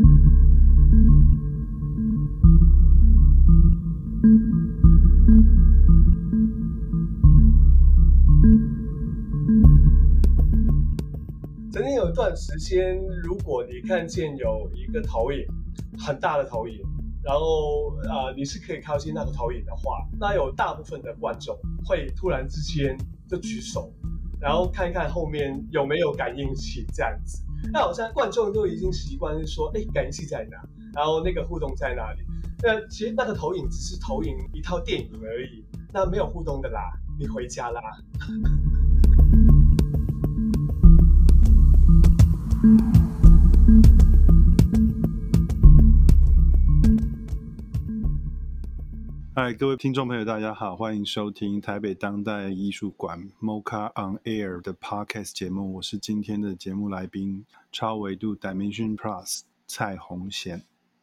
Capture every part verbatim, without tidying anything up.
曾经有一段时间，如果你看见有一个投影，很大的投影，然后呃你是可以靠近那个投影的话，那有大部分的观众会突然之间就举手，然后看看后面有没有感应器这样子。那好像观众都已经习惯是说，哎，感应器在哪？然后那个互动在哪里？那其实那个投影只是投影一套电影而已，那没有互动的啦，你回家啦。 嗨，各位听众朋友，大家好，欢迎收听台北当代艺术馆 M O C A on Air 的 Podcast 节目，我是今天的节目来宾，超维度 Dimension Plus 蔡宏贤。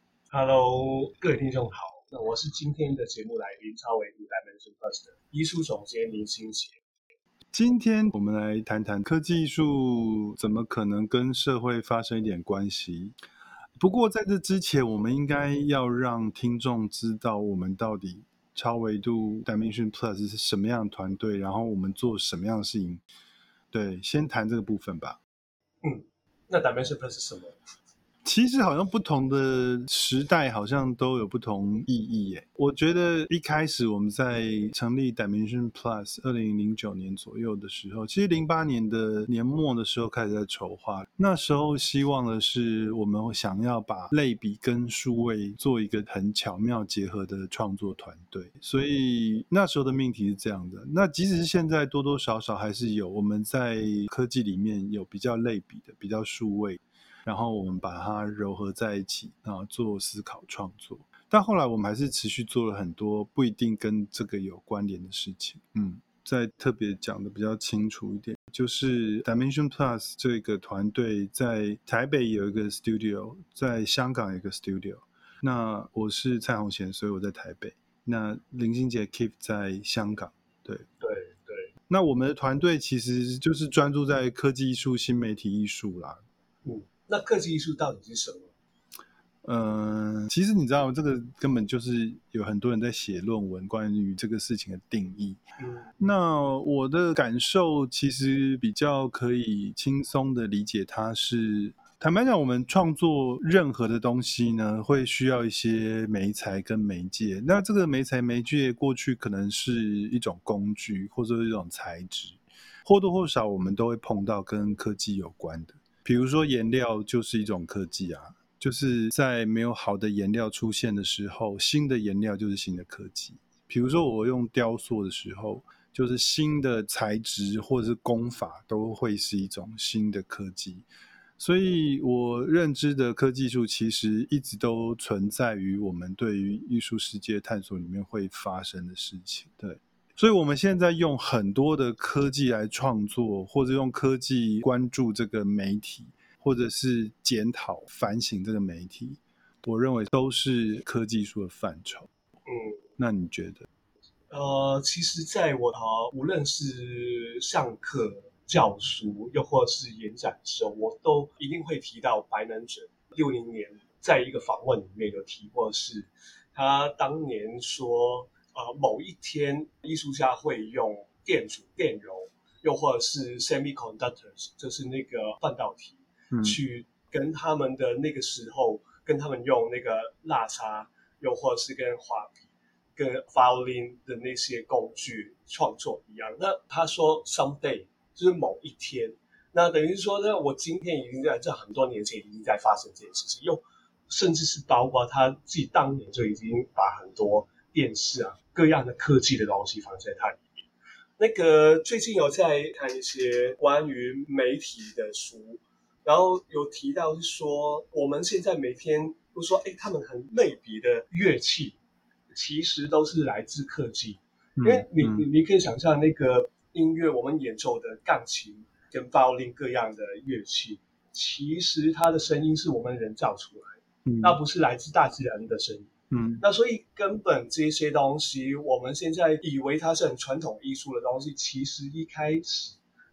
Hello， 各位听众好，那我是今天的节目来宾，超维度 Dimension Plus 的艺术总监林欣杰。 今天我们来谈谈科技艺术怎么可能跟社会发生一点关系。不过在这之前，我们应该要让听众知道我们到底超维度 Dimension Plus 是什么样的团队，然后我们做什么样的事情。对，先谈这个部分吧。 嗯，那 Dimension Plus 是什么？ 其实好像不同的时代好像都有不同意义耶。我觉得一开始我们在成立 Dimension Plus 二零零九年左右的时候，其实零八年的年末的时候开始在筹划，那时候希望的是我们想要把类比跟数位做一个很巧妙结合的创作团队，所以那时候的命题是这样的。那即使是现在多多少少还是有我们在科技里面有比较类比的比较数位，然后我们把它糅合在一起，然后做思考创作。但后来我们还是持续做了很多不一定跟这个有关联的事情。嗯，再特别讲的比较清楚一点，就是 Dimension Plus 这个团队在台北有一个 studio， 在香港有一个 studio。那我是蔡宏贤，所以我在台北。那林欣杰 Keep 在香港。对对对。 那我们的团队其实就是专注在科技艺术、新媒体艺术啦。 嗯，那科技艺术到底是什么？ 嗯，其实你知道这个根本就是有很多人在写论文关于这个事情的定义。 嗯， 那我的感受其实比较可以轻松的理解，它是坦白讲，我们创作任何的东西呢，会需要一些媒材跟媒介。那这个媒材媒介过去可能是一种工具，或者是一种材质，或多或少我们都会碰到跟科技有关的。比如说颜料就是一种科技啊，就是在没有好的颜料出现的时候，新的颜料就是新的科技。比如说我用雕塑的时候，就是新的材质或者是工法都会是一种新的科技。所以我认知的科技艺术其实一直都存在于我们对于艺术世界探索里面会发生的事情。对，所以我们现在用很多的科技来创作，或者用科技关注这个媒体，或者是检讨反省这个媒体，我认为都是科技艺术的范畴。 嗯， 那你觉得？ 呃，其实在我无论是上课教书又或是演讲的时候，我都一定会提到白能准六零年在一个访问里面有提过，是他当年说呃，某一天艺术家会用电阻、电容又或者是 semiconductors， 就是那个半导体、嗯、去跟他们的那个时候跟他们用那个蜡叉又或者是跟画笔跟 violin 的那些工具创作一样。那他说 someday 就是某一天，那等于说呢，我今天已经在这很多年前已经在发生这件事情，又甚至是包括他自己当年就已经把很多电视啊各样的科技的东西放在它里面。那个最近有在看一些关于媒体的书，然后有提到是说我们现在每天都说哎，他们很类比的乐器其实都是来自科技，因为你、嗯、你可以想象那个音乐我们演奏的钢琴跟 violin 各样的乐器，其实它的声音是我们人造出来的、嗯、那不是来自大自然的声音。嗯，那所以根本这些东西我们现在以为它是很传统艺术的东西，其实一开始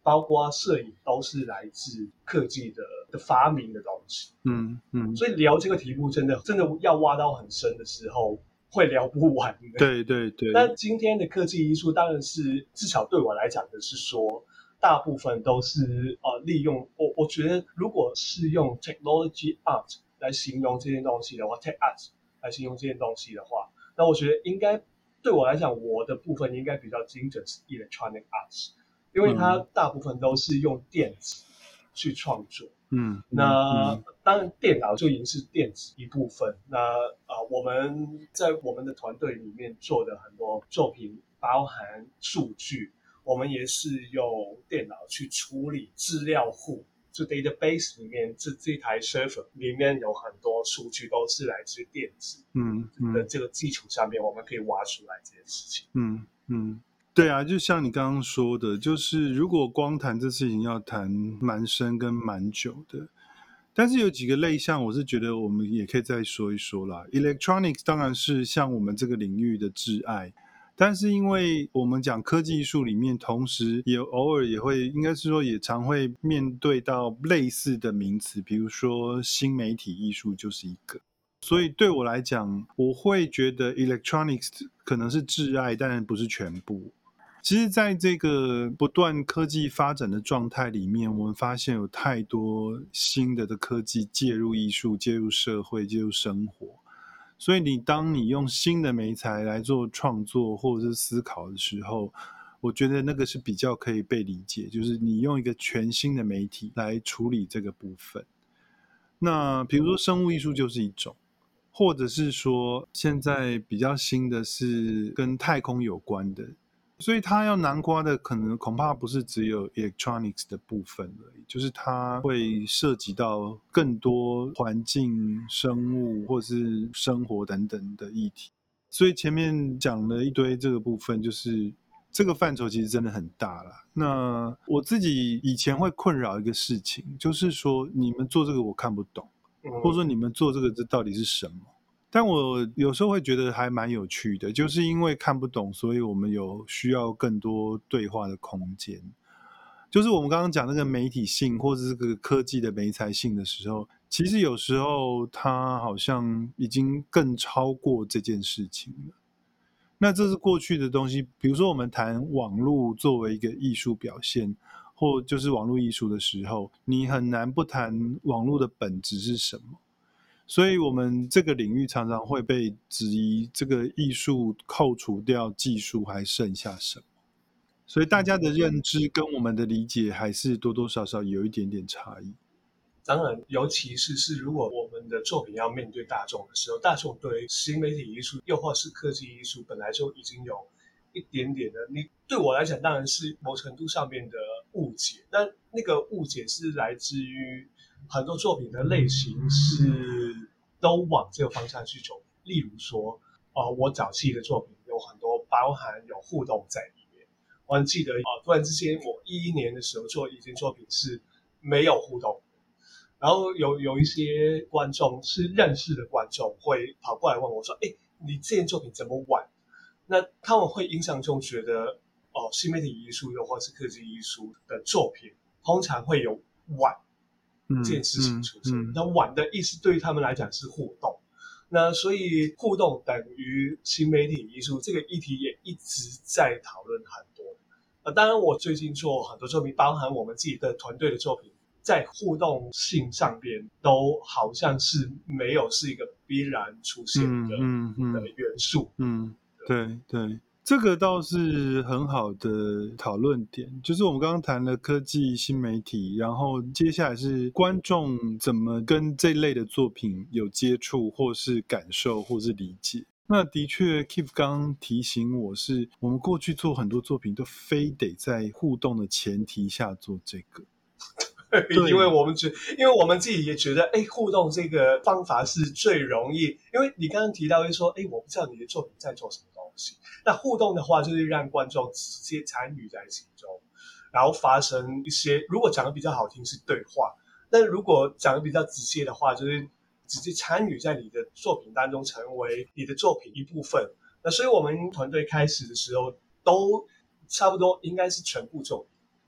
包括摄影都是来自科技的的发明的东西。 嗯嗯， 所以聊这个题目真的真的要挖到很深的时候，会聊不完的。 对对对。 但今天的科技艺术当然是，至少对我来讲的是说，大部分都是呃利用我我觉得，如果是用 technology art 来形容这件东西的话 ，tech art 来形容这件东西的话，那我觉得应该对我来讲，我的部分应该比较精准是 electronic arts， 因为它大部分都是用电子去创作。 嗯， 那、 嗯、 当然电脑就已经是电子一部分。那呃，我们在我们的团队里面做的很多作品包含数据，我们也是用电脑去处理资料库，就 database 里面这这台 server 里面有很多数据都是来自电子嗯嗯的这个基础上面，我们可以挖出来这件事情。 嗯嗯。对啊，就像你刚刚说的，就是如果光谈这事情要谈蛮深跟蛮久的，但是有几个类项我是觉得我们也可以再说一说啦。Electronics 当然是像我们这个领域的挚爱，但是因为我们讲科技艺术里面，同时也偶尔也会，应该是说也常会面对到类似的名词，比如说新媒体艺术就是一个。所以对我来讲，我会觉得 Electronics 可能是挚爱，但不是全部。其实在这个不断科技发展的状态里面，我们发现有太多新的的科技介入艺术、介入社会、介入生活，所以你当你用新的媒材来做创作或者是思考的时候，我觉得那个是比较可以被理解，就是你用一个全新的媒体来处理这个部分。那比如说生物艺术就是一种，或者是说现在比较新的是跟太空有关的，所以它要囊括的可能恐怕不是只有 electronics 的部分而已，就是它会涉及到更多环境、生物或是生活等等的议题。所以前面讲了一堆这个部分，就是这个范畴其实真的很大啦。那我自己以前会困扰一个事情，就是说你们做这个我看不懂，或者说你们做这个这到底是什么？但我有时候会觉得还蛮有趣的，就是因为看不懂，所以我们有需要更多对话的空间。就是我们刚刚讲那个媒体性或者是这个科技的媒材性的时候，其实有时候它好像已经更超过这件事情了。那这是过去的东西，比如说我们谈网络作为一个艺术表现，或就是网络艺术的时候，你很难不谈网络的本质是什么。所以我们这个领域常常会被质疑，这个艺术扣除掉技术还剩下什么？所以大家的认知跟我们的理解还是多多少少有一点点差异。 当然，尤其是是如果我们的作品要面对大众的时候，大众对新媒体艺术又或是科技艺术本来就已经有一点点的，你对我来讲当然是某程度上面的误解，但那个误解是来自于很多作品的类型是都往这个方向去走。例如说，呃，我早期的作品有很多包含有互动在里面。我还记得，呃，突然之间，我一一年的时候做一件作品是没有互动。然后有有一些观众是认识的观众会跑过来问我说：“哎，你这件作品怎么玩？”那他们会印象中觉得，哦，新媒体艺术又或是科技艺术的作品，通常会有玩这件事情出现。嗯嗯嗯、那玩的意思对于他们来讲是互动，那所以互动等于新媒体艺术这个议题也一直在讨论很多。呃，当然我最近做很多作品，包含我们自己的团队的作品。在互动性上边都好像是没有是一个必然出现的、嗯嗯嗯、的元素。 嗯，对对，这个倒是很好的讨论点。就是我们刚刚谈了科技、新媒体，然后接下来是观众怎么跟这类的作品有接触，或是感受，或是理解。那的确 Keith 刚刚提醒我是，我们过去做很多作品都非得在互动的前提下做这个。 因为我们觉，因为我们自己也觉得，哎，互动这个方法是最容易。因为你刚刚提到就是说，哎，我不知道你的作品在做什么东西。那互动的话，就是让观众直接参与在其中，然后发生一些，如果讲的比较好听是对话，但如果讲的比较直接的话，就是直接参与在你的作品当中，成为你的作品一部分。那所以我们团队开始的时候，都差不多应该是全部作品。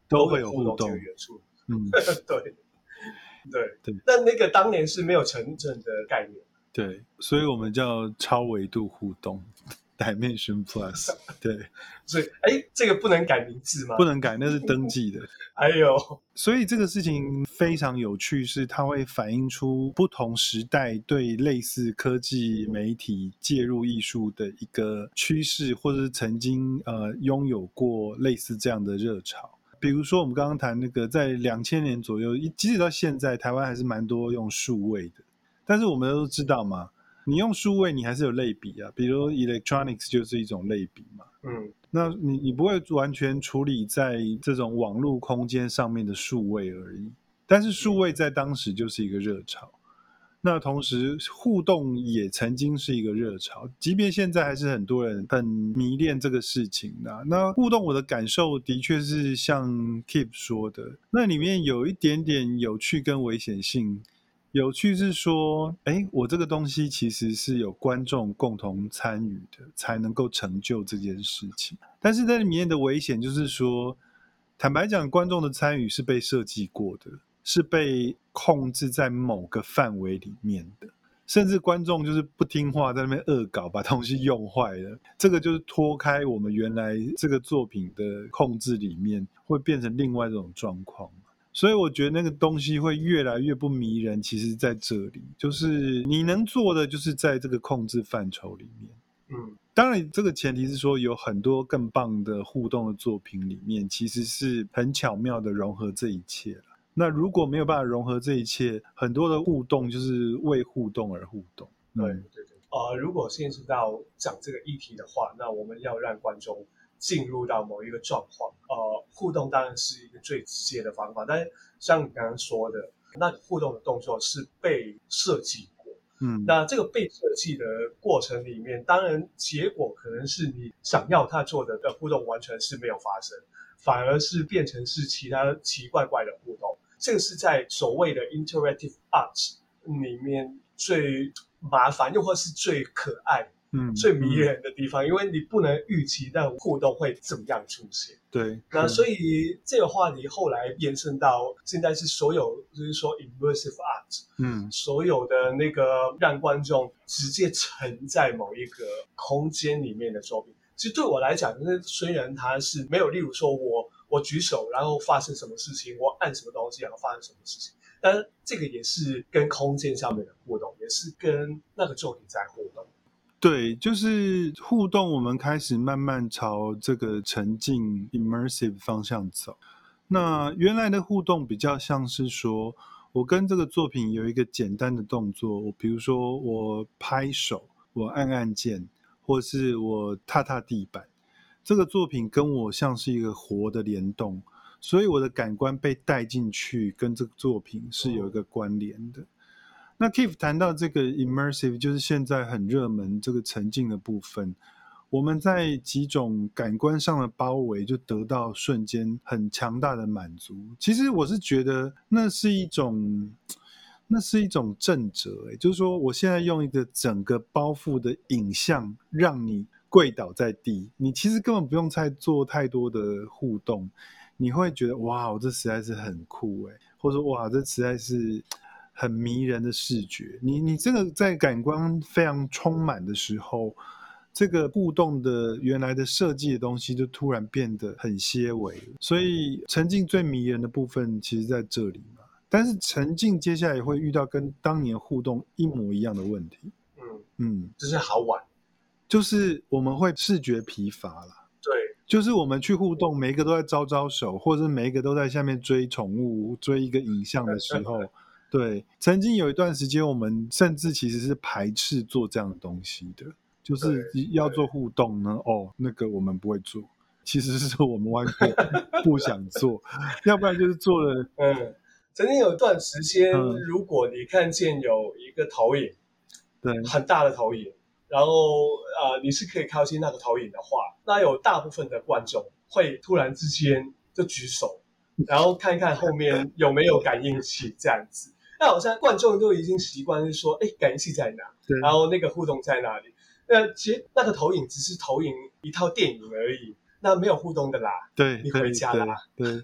都会有互动互这个元素。 嗯， 对对对， 那那个当年是没有城镇的概念。 对，所以我们叫超维度互动 Dimension Plus。 对， 所以哎，这个不能改名字吗？ 不能改，那是登记的。 还有， 所以这个事情非常有趣，是它会反映出不同时代对类似科技媒体介入艺术的一个趋势，或者是曾经呃拥有过类似这样的热潮。比如说我们刚刚谈那个在两千年左右，即使到现在台湾还是蛮多用数位的，但是我们都知道嘛，你用数位你还是有类比啊，比如 electronics 就是一种类比嘛。 嗯， 那你你不会完全处理在这种网络空间上面的数位而已，但是数位在当时就是一个热潮。那同时互动也曾经是一个热潮，即便现在还是很多人很迷恋这个事情的。那互动我的感受的确是像 Keep 说的，那里面有一点点有趣跟危险性。有趣是说，哎，我这个东西其实是有观众共同参与的，才能够成就这件事情。但是在里面的危险就是说，坦白讲，观众的参与是被设计过的，是被控制在某个范围里面的，甚至观众就是不听话，在那边恶搞，把东西用坏了。这个就是脱开我们原来这个作品的控制里面，会变成另外一种状况。所以我觉得那个东西会越来越不迷人，其实在这里就是你能做的就是在这个控制范畴里面。 嗯， 当然这个前提是说有很多更棒的互动的作品里面其实是很巧妙的融合这一切了。那如果没有办法融合这一切，很多的互动就是为互动而互动。 对对对。呃，如果现在到讲这个议题的话，那我们要让观众进入到某一个状况，呃，互动当然是一个最直接的方法，但是像你刚刚说的，那互动的动作是被设计过，嗯，那这个被设计的过程里面，当然结果可能是你想要他做的的互动完全是没有发生，反而是变成是其他奇怪怪的互动，这个是在所谓的 interactive art 里面最麻烦又或是最可爱嗯，最迷人的地方，嗯，因为你不能预期到互动会怎么样出现。 对， 那所以这个话题后来延伸到现在是所有就是说 immersive art，嗯，所有的那个让观众直接沉在某一个空间里面的作品。其实对我来讲，虽然它是没有，例如说我我举手然后发生什么事情，我按什么东西然后发生什么事情，但是这个也是跟空间上面的互动，也是跟那个作品在互动。 对，就是互动，我们开始慢慢朝这个沉浸 immersive 方向走。那原来的互动比较像是说，我跟这个作品有一个简单的动作，我比如说我拍手，我按按键，或是我踏踏地板，这个作品跟我像是一个活的联动，所以我的感官被带进去，跟这个作品是有一个关联的。那 Keith 谈到这个 immersive 就是现在很热门这个沉浸的部分，我们在几种感官上的包围就得到瞬间很强大的满足。其实我是觉得那是一种那是一种正哲，就是说我现在用一个整个包覆的影像让你跪倒在地，你其实根本不用再做太多的互动，你会觉得哇这实在是很酷耶，或者说哇这实在是很迷人的视觉，你你这个在感官非常充满的时候，这个互动的原来的设计的东西就突然变得很些微，所以沉浸最迷人的部分其实在这里嘛。但是沉浸接下来也会遇到跟当年互动一模一样的问题， 嗯嗯，就是好玩， 就是我们会视觉疲乏啦。 对， 就是我们去互动，每一个都在招招手，或者是每一个都在下面追宠物、追一个影像的时候。对，曾经有一段时间我们甚至其实是排斥做这样的东西的，就是要做互动呢，哦，那个我们不会做，其实是我们完全不想做要不然就是做了嗯，曾经有一段时间、嗯、如果你看见有一个投影， 对， 很大的投影，然后、呃、你是可以靠近那个投影的话，那有大部分的观众会突然之间就举手，然后看看后面有没有感应器这样子。那好像观众都已经习惯是说，哎，感应器在哪？然后那个互动在哪里？那其实那个投影只是投影一套电影而已，那没有互动的啦。 对， 你回家啦。 对，对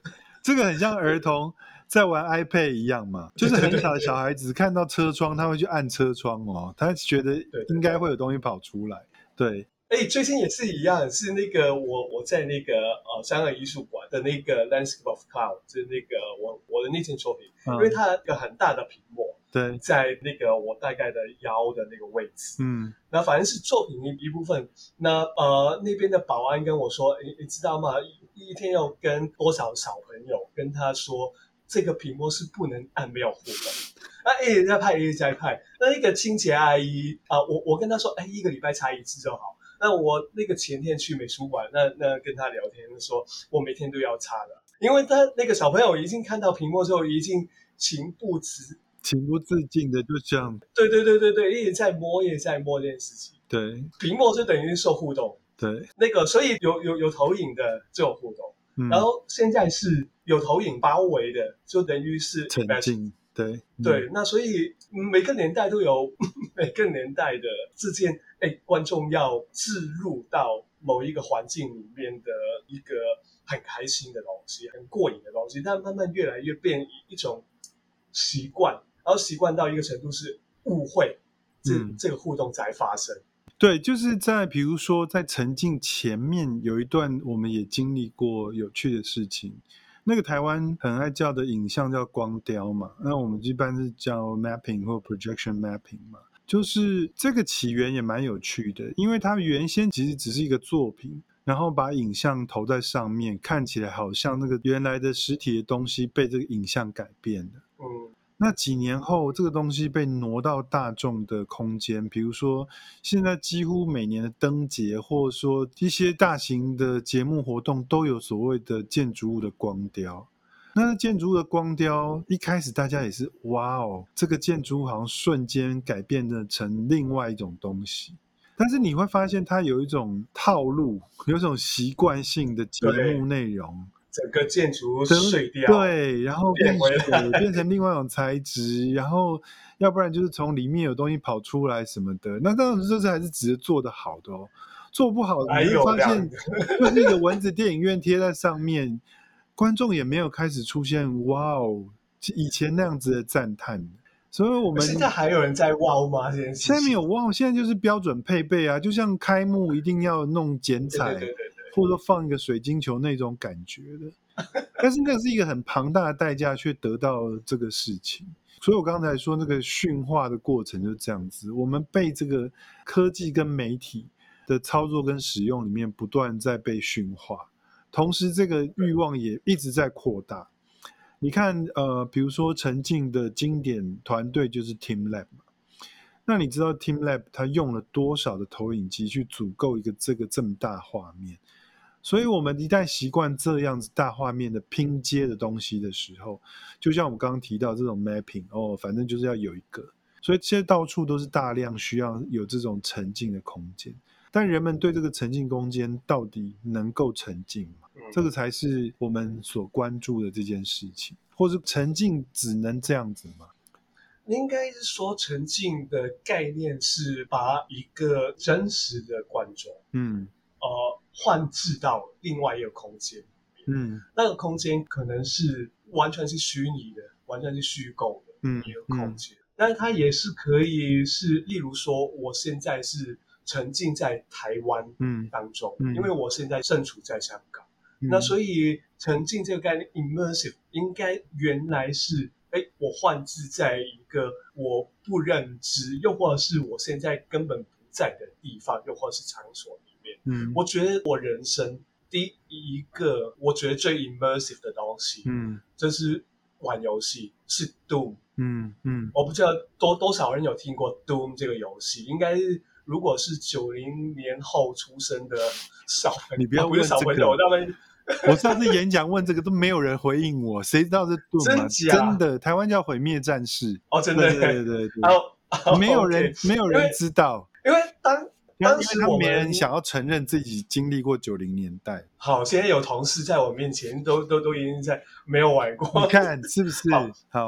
这个很像儿童在玩 iPad 一样嘛，就是很小的小孩子看到车窗他会去按车窗哦，他觉得应该会有东西跑出来。对， 哎、欸，最近也是一样，是那个我我在那个呃香港艺术馆的那个 Landscape of Cloud， 就是那个我我的那件作品，嗯、因为它有一个很大的屏幕， 对， 在那个我大概的腰的那个位置， 嗯， 那反正是作品一部分。那呃那边的保安跟我说，你你知道吗？一, 一天要跟多少小朋友跟他说，这个屏幕是不能按没有互动。那一直在拍，一直在拍。那一个清洁阿姨啊、呃，我我跟她说，哎，一个礼拜擦一次就好。那我那个前天去美术馆，那那跟他聊天说，我每天都要擦的，因为他那个小朋友已经看到屏幕之后，已经情不自情不自禁的就这样。 对对对对对，一直在摸，一直在摸这件事情。 对， 屏幕就等于受互动。 对， 那个所以有有有投影的就有互动，嗯、然后现在是有投影包围的，就等于是沉浸。对、 嗯、对，那所以每个年代都有每个年代的之间，哎，观众要置入到某一个环境里面的一个很开心的东西，很过瘾的东西，但慢慢越来越变一种习惯，然后习惯到一个程度是误会，这、嗯、这个互动才发生。 对，就是在比如说在沉浸前面有一段我们也经历过有趣的事情，那个台湾很爱叫的影像叫光雕嘛，那我们一般是叫 mapping 或 projection mapping 嘛，就是这个起源也蛮有趣的，因为它原先其实只是一个作品，然后把影像投在上面，看起来好像那个原来的实体的东西被这个影像改变了。嗯，那几年后这个东西被挪到大众的空间，比如说现在几乎每年的灯节或者说一些大型的节目活动都有所谓的建筑物的光雕。那建筑物的光雕一开始大家也是哇哦，这个建筑物好像瞬间改变成另外一种东西，但是你会发现它有一种套路，有一种习惯性的节目内容， 整个建筑碎掉， 对，然后变水变成另外一种材质，然后要不然就是从里面有东西跑出来什么的，那当然这是还是只是做得好的哦，做不好的你会发现就是一个蚊子电影院贴在上面，观众也没有开始出现哇哦以前那样子的赞叹，所以我们现在还有人在哇吗？这件事情现在没有哇，现在就是标准配备啊，就像开幕一定要弄剪彩， 对对对对对， 或者放一个水晶球那种感觉的。但是那是一个很庞大的代价，却得到这个事情。所以我刚才说那个驯化的过程就是这样子，我们被这个科技跟媒体的操作跟使用里面不断在被驯化，同时这个欲望也一直在扩大。你看呃，比如说沉浸的经典团队就是 TeamLab 嘛，那你知道 TeamLab 它用了多少的投影机去组构一个这个这么大画面，所以我们一旦习惯这样子大画面的拼接的东西的时候，就像我们刚刚提到这种 mapping 哦，反正就是要有一个，所以现在到处都是大量需要有这种沉浸的空间，但人们对这个沉浸空间到底能够沉浸吗？这个才是我们所关注的这件事情，或是沉浸只能这样子吗？ 应该是说沉浸的概念是把一个真实的观众嗯呃换置到另外一个空间里面，嗯，那个空间可能是完全是虚拟的，完全是虚构的一个空间，嗯嗯，但是它也是可以是，例如说我现在是沉浸在台湾当中，嗯嗯，因为我现在身处在香港，嗯，那所以沉浸这个概念 immersive 应该原来是哎，我换置在一个我不认知，又或者是我现在根本不在的地方，又或者是场所里面。嗯，我觉得我人生第一个我觉得最 immersive 的东西，嗯，就是玩游戏，是 Doom。嗯嗯，我不知道多多少人有听过 Doom 这个游戏，应该是如果是九零年后出生的小朋友， 你不要问这个， 不是小朋友，他们。 我上次演讲问这个都没有人回应我，谁知道是 Doom 吗？真, 真的，台湾叫毁灭战士。 哦，真的， 对对对对， 哦哦， 没有人、okay, 没有人知道， 因为当当时我们没人想要承认自己经历过九零年代。 好，现在有同事在我面前都都都已经在没有玩过， 你看是不是？好，好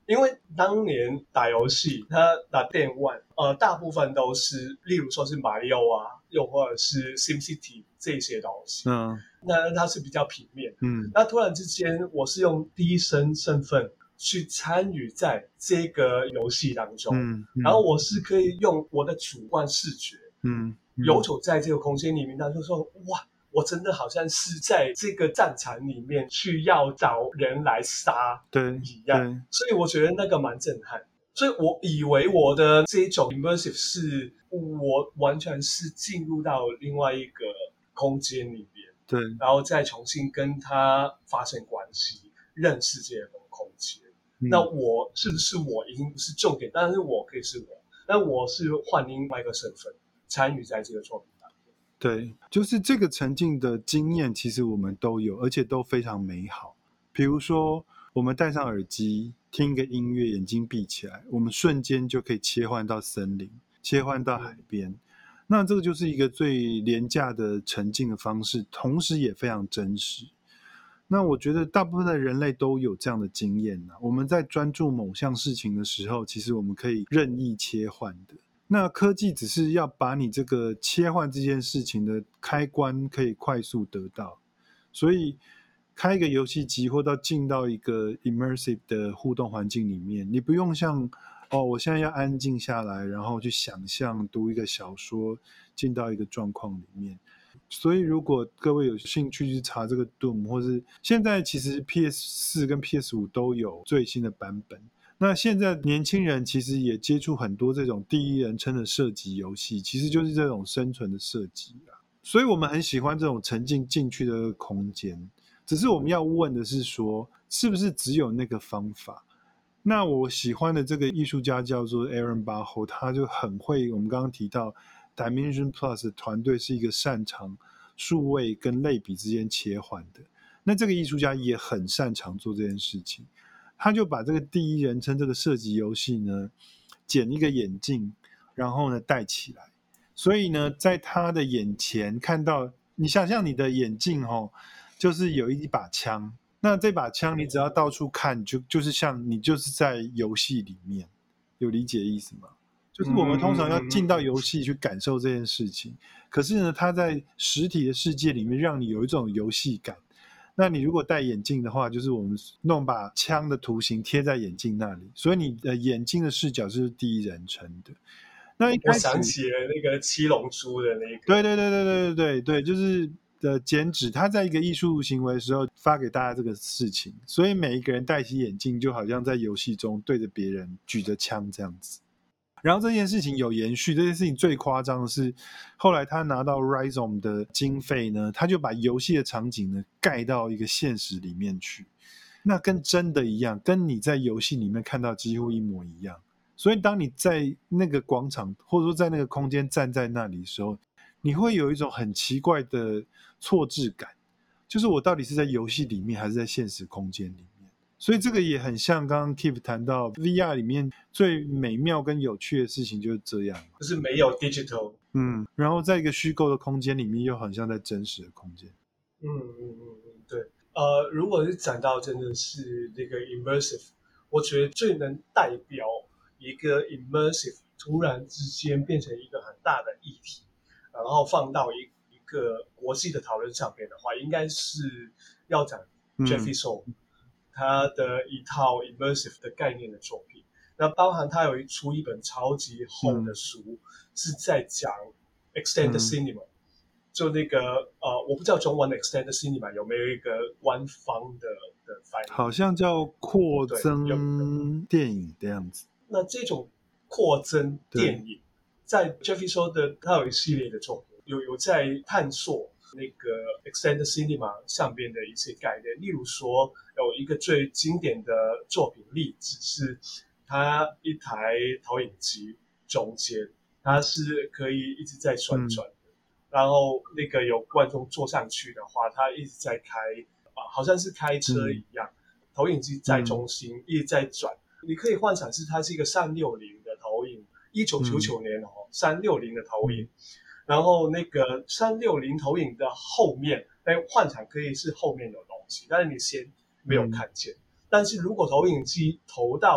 因为当年打游戏，他打电玩，呃，大部分都是，例如说是马里奥啊，又或者是 SimCity 这些东西。 嗯， 那它是比较平面。 嗯， 那突然之间，我是用第一身身份去参与在这个游戏当中， 嗯，嗯然后我是可以用我的主观视觉， 嗯，嗯游走在这个空间里面，他就说哇。我真的好像是在这个战场里面去要找人来杀对一样，所以我觉得那个蛮震撼。所以我以为我的这一种 immersive 是我完全是进入到另外一个空间里面， 对， 然后再重新跟他发生关系，认识这个空间。 嗯、 那我是不是我已经不是重点，但是我可以是我，但我是换另外一个身份参与在这个作品。 对，就是这个沉浸的经验，其实我们都有，而且都非常美好。比如说，我们戴上耳机，听一个音乐，眼睛闭起来，我们瞬间就可以切换到森林，切换到海边。那这个就是一个最廉价的沉浸的方式，同时也非常真实。那我觉得大部分的人类都有这样的经验啊。我们在专注某项事情的时候，其实我们可以任意切换的。那科技只是要把你这个切换这件事情的开关可以快速得到，所以开一个游戏机或到进到一个 immersive 的互动环境里面，你不用像哦，我现在要安静下来，然后去想象读一个小说，进到一个状况里面。所以如果各位有兴趣去查这个 Doom， 或是现在其实 P S 四 跟 P S 五 都有最新的版本。那现在年轻人其实也接触很多这种第一人称的射击游戏，其实就是这种生存的射击啦。所以我们很喜欢这种沉浸进去的空间，只是我们要问的是说，是不是只有那个方法？那我喜欢的这个艺术家叫做 Aaron Barhow， 他就很会，我们刚刚提到 Dimension Plus 的团队是一个擅长数位跟类比之间切换的，那这个艺术家也很擅长做这件事情。他就把这个第一人称这个射击游戏呢，剪一个眼镜，然后呢戴起来，所以呢，在他的眼前看到，你想象你的眼镜哦，就是有一把枪，那这把枪你只要到处看，就就是像你就是在游戏里面，有理解意思吗？就是我们通常要进到游戏去感受这件事情，可是呢，它在实体的世界里面让你有一种游戏感。那你如果戴眼镜的话，就是我们弄把枪的图形贴在眼镜那里，所以你的眼睛的视角是第一人称的。那一开始我想起了那个七龙珠的那个， 对对对对对对对，就是的剪纸，他在一个艺术行为的时候发给大家这个事情，所以每一个人戴起眼镜，就好像在游戏中对着别人举着枪这样子。然后这件事情有延续，这件事情最夸张的是，后来他拿到 Rhizome 的经费呢，他就把游戏的场景呢盖到一个现实里面去，那跟真的一样，跟你在游戏里面看到几乎一模一样。所以当你在那个广场或者说在那个空间站在那里的时候，你会有一种很奇怪的错置感，就是我到底是在游戏里面还是在现实空间里面。所以这个也很像刚刚 Keep 谈到 V R 里面最美妙跟有趣的事情就是这样， 就是没有 digital， 嗯，然后在一个虚构的空间里面又很像在真实的空间。 嗯嗯嗯嗯，对，呃，如果是讲到真的是这个 immersive， 我觉得最能代表一个 immersive 突然之间变成一个很大的议题，然后放到一一个国际的讨论上面的话，应该是要讲 Jeffrey Soul、嗯、他的一套 immersive 的概念的作品。那包含他有出一本超级厚的书，嗯、是在讲 extended cinema、嗯。就那个呃，我不知道中文的 extended cinema 有没有一个官方的的翻译， 好像叫扩增电影的样子。 那这种扩增电影，在 Jeffrey Soul 的他有一系列的作品，有有在探索那个 extended cinema 上边的一些概念。例如说，有一个最经典的作品例子是，它一台投影机中间，它是可以一直在旋转。嗯，然后那个有观众坐上去的话，他一直在开，啊，好像是开车一样，嗯、投影机在中心、嗯、一直在转。你可以幻想是它是一个三六零的投影，一九九九年哦，三六零的投影。然后那个三六零投影的后面，哎，幻想可以是后面有东西，但是你先没有看见。嗯、但是如果投影机投到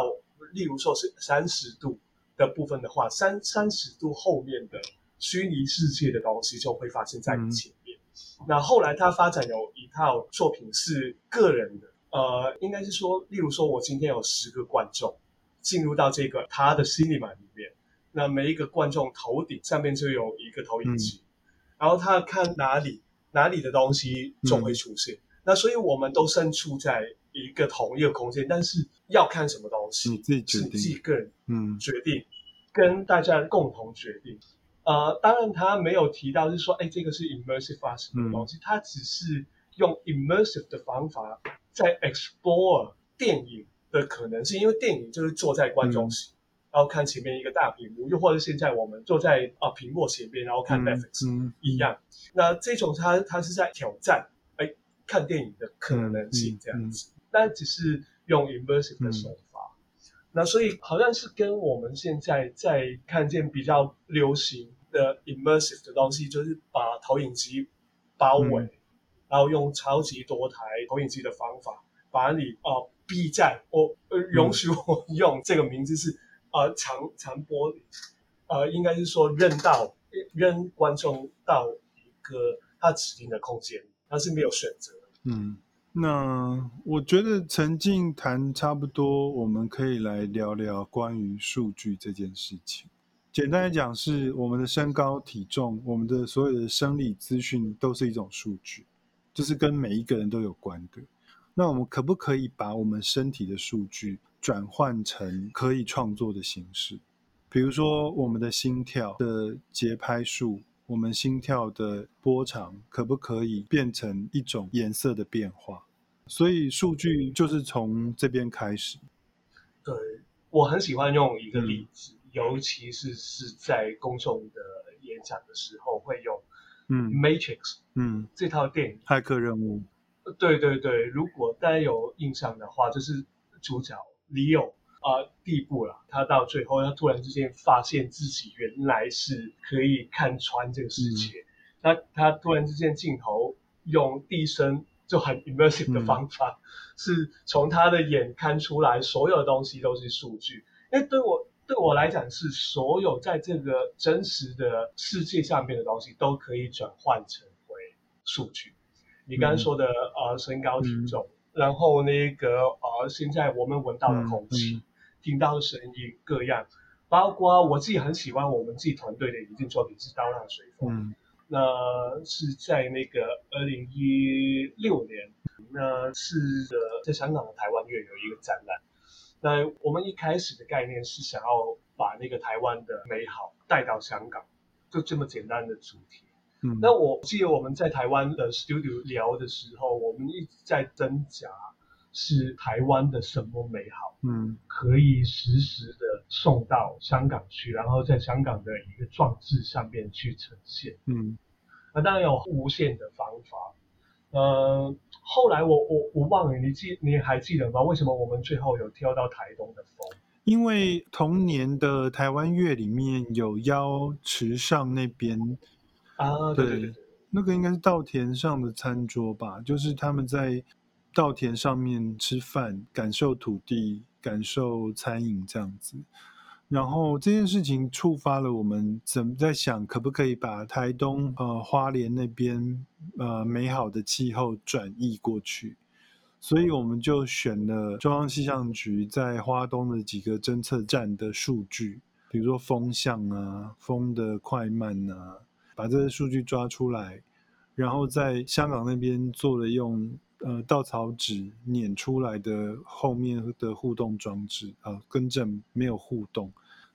例如说是三十度的部分的话，三三十度后面的虚拟世界的东西就会发生在你前面。嗯、那后来他发展有一套作品是个人的，呃，应该是说，例如说我今天有十个观众进入到这个他的 cinema 里面，那每一个观众头顶上面就有一个投影机，嗯、然后他看哪里哪里的东西就会出现。嗯、那所以我们都身处在一个同一个空间，但是要看什么东西， 你自己决定， 是你自己个人决定，嗯、跟大家共同决定。呃，当然他没有提到是说，哎，这个是 immersive 发生的东西，他、嗯、只是用 immersive 的方法在 explore 电影的可能性，因为电影就是坐在观众席，嗯、然后看前面一个大屏幕，又或者现在我们坐在啊、呃、屏幕前边，然后看 Netflix、嗯嗯、一样。那这种他他是在挑战，哎，看电影的可能性这样子，嗯嗯、但只是用 immersive 的手法。嗯那所以好像是跟我们现在在看见比较流行的 immersive 的东西，就是把投影机包围，嗯、然后用超级多台投影机的方法，把你呃逼在我、呃、容许我用这个名字是呃长长玻璃，呃应该是说扔到扔观众到一个他指定的空间，他是没有选择的。 嗯。那我觉得陈静谈差不多，我们可以来聊聊关于数据这件事情。简单来讲，是我们的身高、体重，我们的所有的生理资讯都是一种数据，就是跟每一个人都有关的。那我们可不可以把我们身体的数据转换成可以创作的形式？比如说我们的心跳的节拍数，我们心跳的波长可不可以变成一种颜色的变化？所以数据就是从这边开始。 对，我很喜欢用一个例子，嗯、尤其是是在公众的演讲的时候会用《Matrix》 嗯这套电影， 骇客任务。 对对对，如果大家有印象的话，就是主角 Leo 啊、呃，地步了，他到最后他突然之间发现自己原来是可以看穿这个世界，嗯、那他突然之间镜头用第一身就很 immersive 的方法，嗯、是从他的眼看出来所有的东西都是数据，因为对我对我来讲是所有在这个真实的世界上面的东西都可以转换成为数据。你刚才说的、嗯、呃身高体重，嗯、然后那个呃现在我们闻到的空气，嗯嗯、听到的声音各样，包括我自己很喜欢我们自己团队的一件作品是《刀浪水风》，嗯、那是在那个二零一六年，那是在香港的台湾院有一个展览。那我们一开始的概念是想要把那个台湾的美好带到香港，就这么简单的主题。嗯、那我记得我们在台湾的 studio 聊的时候，我们一直在挣扎是台湾的什么美好，嗯，可以实时的送到香港去，然后在香港的一个装置上面去呈现。嗯，那当然有无限的方法。呃，后来我我我忘了，你记你还记得吗？为什么我们最后有挑到台东的风？ 因为同年的台湾乐里面有邀池上那边啊，对对 对, 对， 那个应该是稻田上的餐桌吧，就是他们在稻田上面吃饭，感受土地，感受餐饮这样子。然后这件事情触发了我们怎么在想，可不可以把台东呃花莲那边呃美好的气候转移过去？所以我们就选了中央气象局在花东的几个侦测站的数据，比如说风向啊、风的快慢啊，把这些数据抓出来，然后在香港那边做了用呃稻草纸碾出来的后面的互动装置啊，更正没有互动。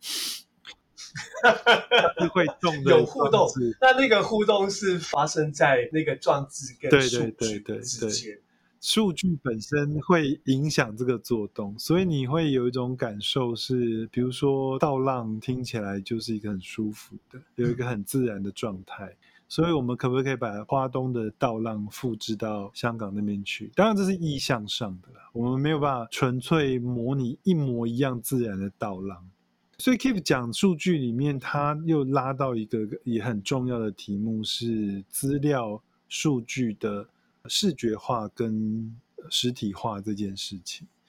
它是会动的， 有互动，那那个互动是发生在那个装置跟数据之间。 数据本身会影响这个作动，所以你会有一种感受是，比如说稻浪听起来就是一个很舒服的，有一个很自然的状态。所以我们可不可以把花东的稻浪复制到香港那边去？当然这是意象上的啦，我们没有办法纯粹模拟一模一样自然的稻浪。所以 Keep 讲数据里面，他又拉到一个也很重要的题目，是资料数据的视觉化跟实体化这件事情。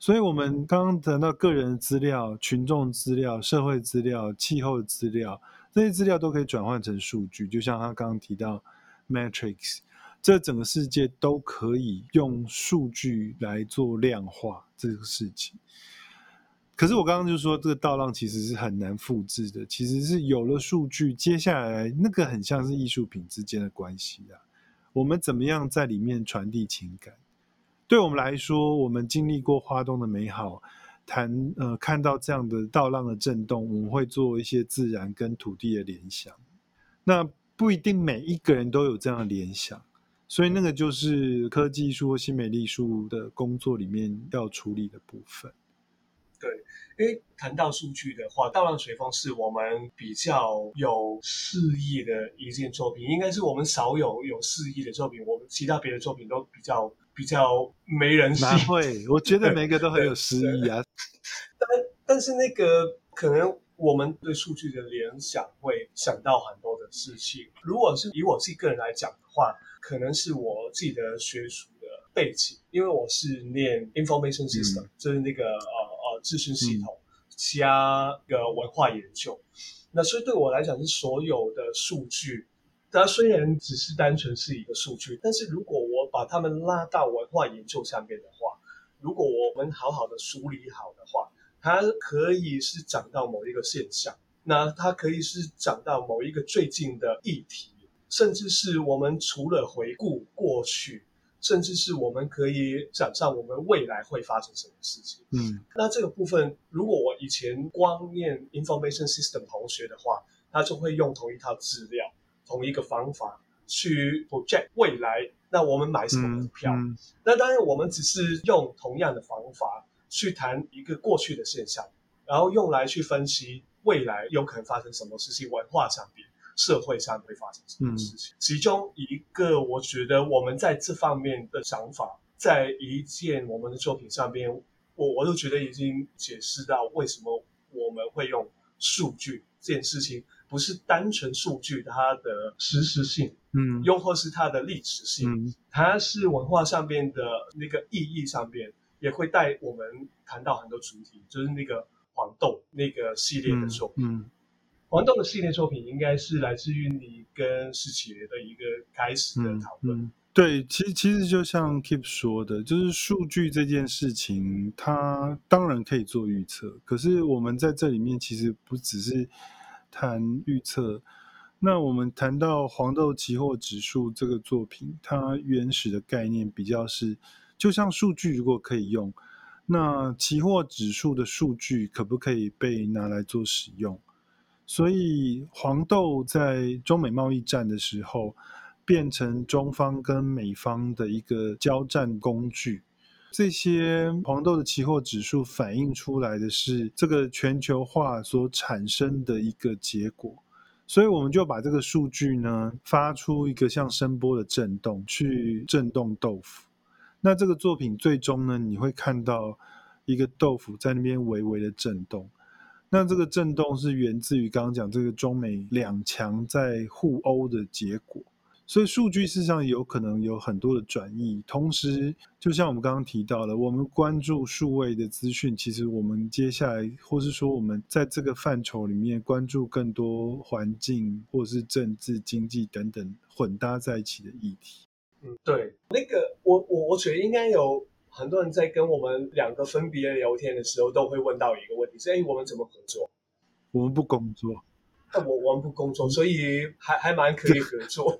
所以我们刚刚谈到个人资料、群众资料、社会资料、气候资料，这些资料都可以转换成数据，就像他刚刚提到 Matrix， 这整个世界都可以用数据来做量化这个事情。可是我刚刚就说这个道浪其实是很难复制的，其实是有了数据，接下来那个很像是艺术品之间的关系啊，我们怎么样在里面传递情感？对我们来说，我们经历过花东的美好，谈呃看到这样的道浪的震动，我们会做一些自然跟土地的联想。那不一定每一个人都有这样的联想，所以那个就是科技艺术或新美艺术的工作里面要处理的部分。 对，因为谈到数据的话，道浪随风是我们比较有诗意的一件作品，应该是我们少有有诗意的作品，我们其他别的作品都比较比较没人性。 哪会？我觉得每个都很有诗意啊。 但但是那个可能我们对数据的联想会想到很多的事情。如果是以我自己个人来讲的话，可能是我自己的学术的背景，因为我是念 information system，、嗯、就是那个呃呃资讯系统、嗯、加个文化研究。那所以对我来讲，是所有的数据，它虽然只是单纯是一个数据，但是如果我把它们拉到文化研究上面的话，如果我们好好的梳理好的话，它可以是讲到某一个现象，那它可以是讲到某一个最近的议题，甚至是我们除了回顾过去，甚至是我们可以想象我们未来会发生什么事情。嗯，那这个部分，如果我以前光念 information system 同学的话，他就会用同一套资料、同一个方法去 project 未来。那我们买什么股票？嗯嗯、那当然，我们只是用同样的方法去谈一个过去的现象，然后用来去分析未来有可能发生什么事情，文化上面、社会上会发生什么事情。嗯、其中一个，我觉得我们在这方面的想法，在一件我们的作品上面，我我就觉得已经解释到为什么我们会用数据这件事情。不是单纯数据它的实时性，嗯，又或是它的历史性，嗯，它是文化上面的那个意义上面，也会带我们谈到很多主题，就是那个黄豆那个系列的作品。嗯嗯、黄豆的系列作品应该是来自于你跟世奇的一个开始的讨论。嗯嗯对，其实其实就像 Kip 说的，就是数据这件事情，它当然可以做预测，可是我们在这里面其实不只是谈预测。那我们谈到黄豆期货指数这个作品，它原始的概念比较是，就像数据如果可以用，那期货指数的数据可不可以被拿来做使用？所以黄豆在中美贸易战的时候，变成中方跟美方的一个交战工具。这些黄豆的期货指数反映出来的是这个全球化所产生的一个结果，所以我们就把这个数据呢发出一个像声波的震动，去震动豆腐。那这个作品最终呢，你会看到一个豆腐在那边微微的震动。那这个震动是源自于刚刚讲这个中美两强在互殴的结果。所以数据事实上有可能有很多的转译，同时就像我们刚刚提到的，我们关注数位的资讯，其实我们接下来或是说我们在这个范畴里面关注更多环境或是政治经济等等混搭在一起的议题。 嗯，对，那个我我我觉得应该有很多人在跟我们两个分别聊天的时候都会问到一个问题是，哎，我们怎么合作？ 我们不工作。 但我我们不工作，所以还还蛮可以合作。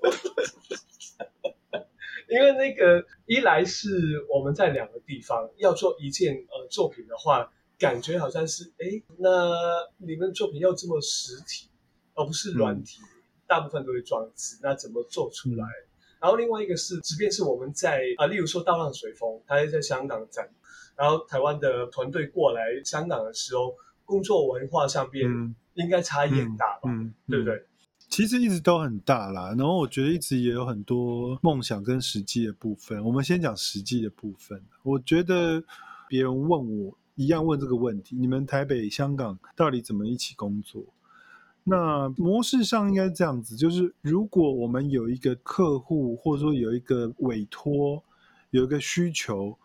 因为那个一来是我们在两个地方要做一件呃作品的话，感觉好像是哎，那你们作品要这么实体，而不是软体，嗯、大部分都是装置，那怎么做出来？嗯、然后另外一个是，即便是我们在啊、呃，例如说道浪随风，他在香港展，然后台湾的团队过来香港的时候，工作文化上面。嗯应该差异很大吧，嗯嗯、对不对？ 其实一直都很大啦，然后我觉得一直也有很多梦想跟实际的部分。我们先讲实际的部分。我觉得别人问我一样问这个问题：你们台北、香港到底怎么一起工作？那模式上应该这样子，就是如果我们有一个客户，或者说有一个委托，有一个需求，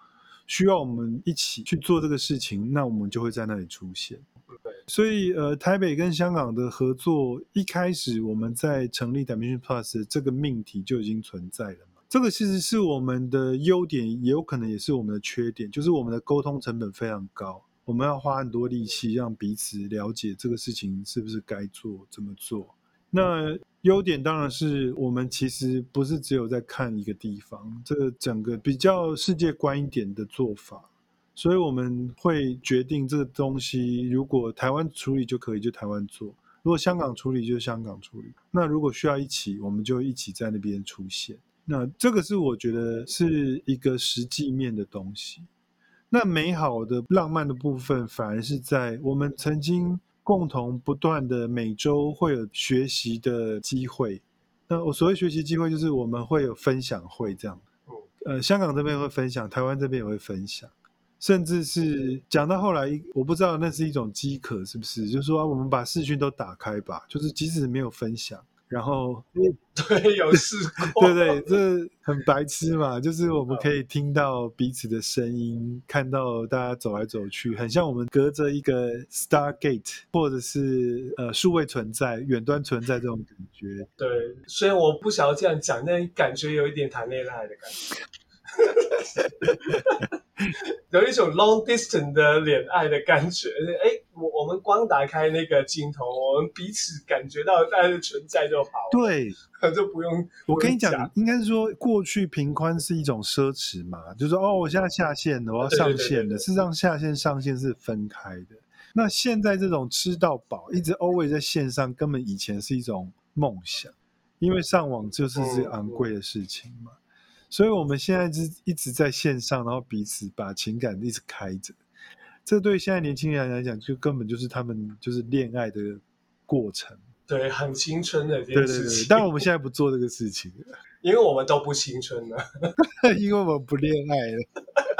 需要我们一起去做这个事情，那我们就会在那里出现。所以呃，台北跟香港的合作一开始我们在成立 Dimension Plus 这个命题就已经存在了嘛。这个其实是我们的优点，也有可能也是我们的缺点，就是我们的沟通成本非常高，我们要花很多力气让彼此了解这个事情是不是该做，怎么做。那优点当然是我们其实不是只有在看一个地方，这个整个比较世界观一点的做法，所以我们会决定这个东西如果台湾处理就可以就台湾做，如果香港处理就香港处理，那如果需要一起我们就一起在那边出现。那这个是我觉得是一个实际面的东西。那美好的浪漫的部分反而是在我们曾经共同不断的每周会有学习的机会。那我所谓学习机会就是我们会有分享会这样，呃，香港这边会分享，台湾这边也会分享，甚至是讲到后来我不知道那是一种饥渴是不是，就是说、啊、我们把视讯都打开吧，就是即使没有分享，然后对，有试过， 对对，这很白痴嘛，就是我们可以听到彼此的声音，看到大家走来走去，很像我们隔着一个 Stargate 或者是呃数位存在、远端存在这种感觉。 对，虽然我不想要这样讲，但感觉有一点谈恋爱的感觉。有一种 long distance 的恋爱的感觉，哎，我我们光打开那个镜头，我们彼此感觉到大家的存在就好了， 对， 就不用。 我跟你讲，应该是说过去频宽是一种奢侈嘛，就是说哦，我现在下线了，我要上线了，事实上下线上线是分开的。那现在这种吃到饱，一直 always 在线上，根本以前是一种梦想，因为上网就是这个昂贵的事情嘛。嗯嗯，所以我们现在一直在线上，然后彼此把情感一直开着，这对现在年轻人来讲就根本就是他们就是恋爱的过程。 对，很青春的一件事情。 对对对，但我们现在不做这个事情了， 因为我们都不青春了。 因为我们不恋爱了。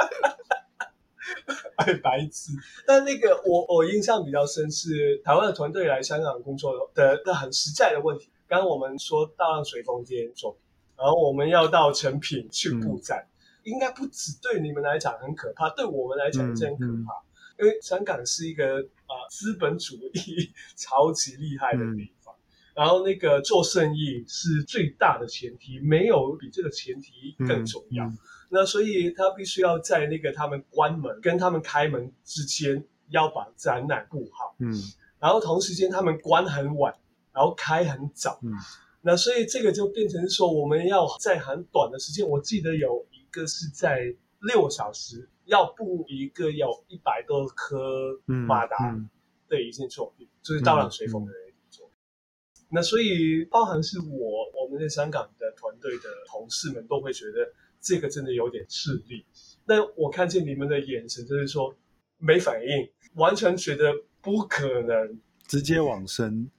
哎，白痴！但那个我我印象比较深是台湾的团队来香港工作的的很实在的问题。刚刚我们说到让水风间作品，然后我们要到成品去布展、嗯，应该不只对你们来讲很可怕，对我们来讲也是很可怕。嗯嗯，因为香港是一个呃资本主义超级厉害的地方、嗯，然后那个做生意是最大的前提，没有比这个前提更重要。嗯嗯，那所以他必须要在那个他们关门跟他们开门之间要把展览布好，嗯，然后同时间他们关很晚，然后开很早，嗯，那所以这个就变成说我们要在很短的时间，我记得有一个是在六小时要布一个有一百多颗马达的一件作品，嗯嗯，就是刀郎随风的那一件作品。嗯嗯，那所以包含是我我们在香港的团队的同事们都会觉得这个真的有点吃力。那我看见你们的眼神就是说没反应，完全觉得不可能， 直接往生。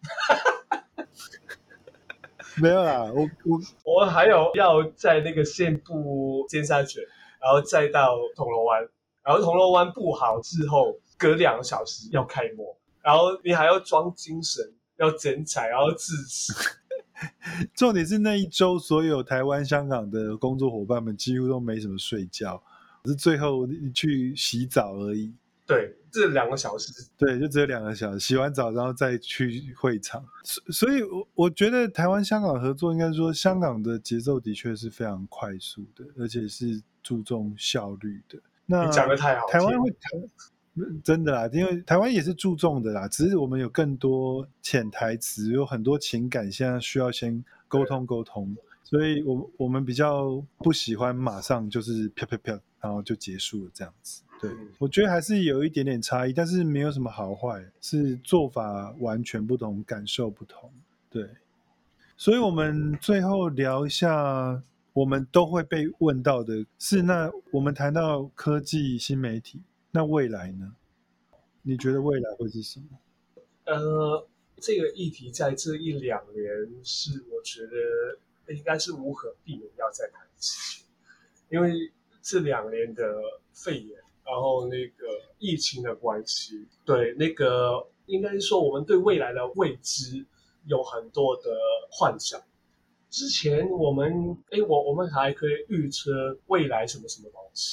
没有啦，我我我还有要在那个线布尖沙咀，然后再到铜锣湾，然后铜锣湾布好之后，隔两个小时要开模，然后你还要装精神，要剪彩，然后致辞。 重点是那一周，所有台湾、香港的工作伙伴们几乎都没什么睡觉，是最后去洗澡而已。 对，这两个小时， 对，就只有两个小时，洗完澡然后再去会场。所以我，我觉得台湾、香港合作，应该说香港的节奏的确是非常快速的，而且是注重效率的。那你讲得太好听， 台湾会真的啦，因为台湾也是注重的啦，只是我们有更多潜台词，有很多情感，现在需要先沟通沟通，所以我我们比较不喜欢马上就是啪啪啪，然后就结束了这样子。对，我觉得还是有一点点差异，但是没有什么好坏，是做法完全不同，感受不同。对，所以我们最后聊一下我们都会被问到的是，那我们谈到科技新媒体，那未来呢？你觉得未来会是什么？ 呃，这个议题在这一两年是我觉得应该是无可避免要再谈的事情，因为这两年的肺炎，然后那个疫情的关系，对那个应该是说我们对未来的未知有很多的幻想。之前我们哎，我我们还可以预测未来什么什么东西，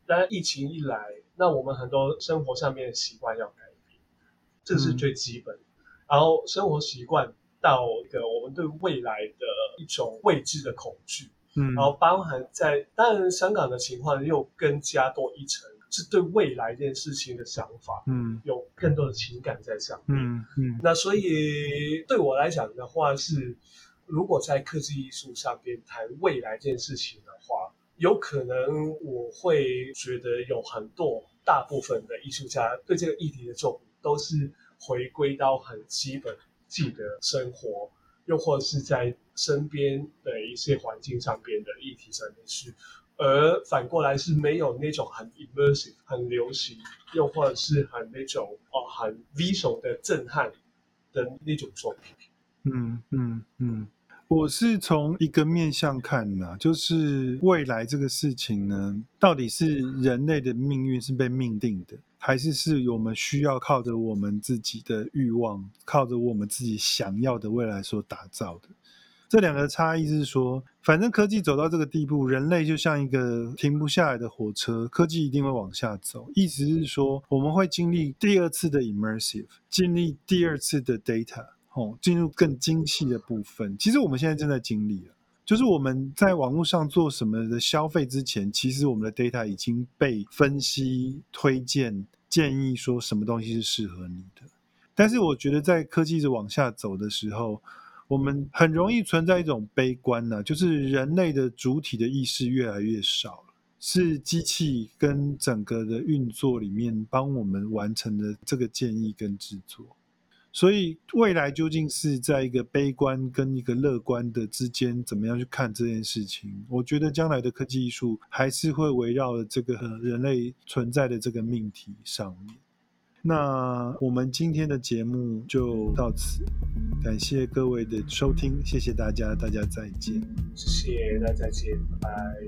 当然疫情一来，那我们很多生活上面的习惯要改变，这是最基本的。嗯、然后生活习惯到一个我们对未来的一种未知的恐惧，嗯，然后包含在当然香港的情况又更加多一层，是对未来这件事情的想法，嗯，有更多的情感在上面，嗯嗯。那所以对我来讲的话是，如果在科技艺术上边谈未来这件事情的话，有可能我会觉得有很多大部分的艺术家对这个议题的作品都是回归到很基本自己的生活，又或者是在身边的一些环境上边的议题上面去，而反过来是没有那种很 immersive 很流行，又或者是很那种哦很 visual 的震撼的那种作品。 嗯嗯嗯，我是从一个面向看呢、啊，就是未来这个事情呢，到底是人类的命运是被命定的，还是是我们需要靠着我们自己的欲望，靠着我们自己想要的未来所打造的？这两个差异是说，反正科技走到这个地步，人类就像一个停不下来的火车，科技一定会往下走。意思是说，我们会经历第二次的 immersive， 经历第二次的 data。哦，进入更精细的部分，其实我们现在正在经历了，就是我们在网络上做什么的消费之前，其实我们的 data 已经被分析、推荐、建议说什么东西是适合你的。但是我觉得在科技一直往下走的时候，我们很容易存在一种悲观呢、啊，就是人类的主体的意识越来越少了，是机器跟整个的运作里面帮我们完成的这个建议跟制作。所以未来究竟是在一个悲观跟一个乐观的之间怎么样去看这件事情，我觉得将来的科技艺术还是会围绕着这个人类存在的这个命题上面。那我们今天的节目就到此，感谢各位的收听，谢谢大家，大家再见。 谢谢大家，再见，拜拜。